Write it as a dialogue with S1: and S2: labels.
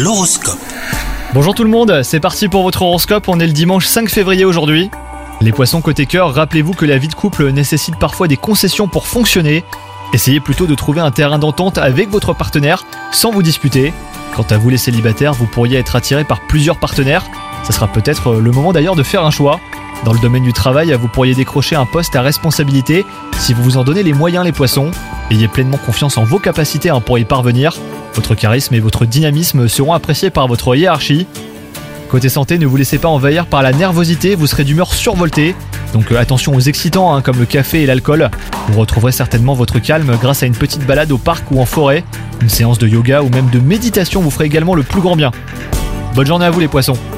S1: L'horoscope.
S2: Bonjour tout le monde, c'est parti pour votre horoscope, on est le dimanche 5 février aujourd'hui. Les poissons côté cœur, rappelez-vous que la vie de couple nécessite parfois des concessions pour fonctionner. Essayez plutôt de trouver un terrain d'entente avec votre partenaire sans vous disputer. Quant à vous les célibataires, vous pourriez être attirés par plusieurs partenaires. Ça sera peut-être le moment d'ailleurs de faire un choix. Dans le domaine du travail, vous pourriez décrocher un poste à responsabilité si vous vous en donnez les moyens les poissons. Ayez pleinement confiance en vos capacités pour y parvenir. Votre charisme et votre dynamisme seront appréciés par votre hiérarchie. Côté santé, ne vous laissez pas envahir par la nervosité, vous serez d'humeur survoltée. Donc attention aux excitants comme le café et l'alcool. Vous retrouverez certainement votre calme grâce à une petite balade au parc ou en forêt. Une séance de yoga ou même de méditation vous ferait également le plus grand bien. Bonne journée à vous les poissons.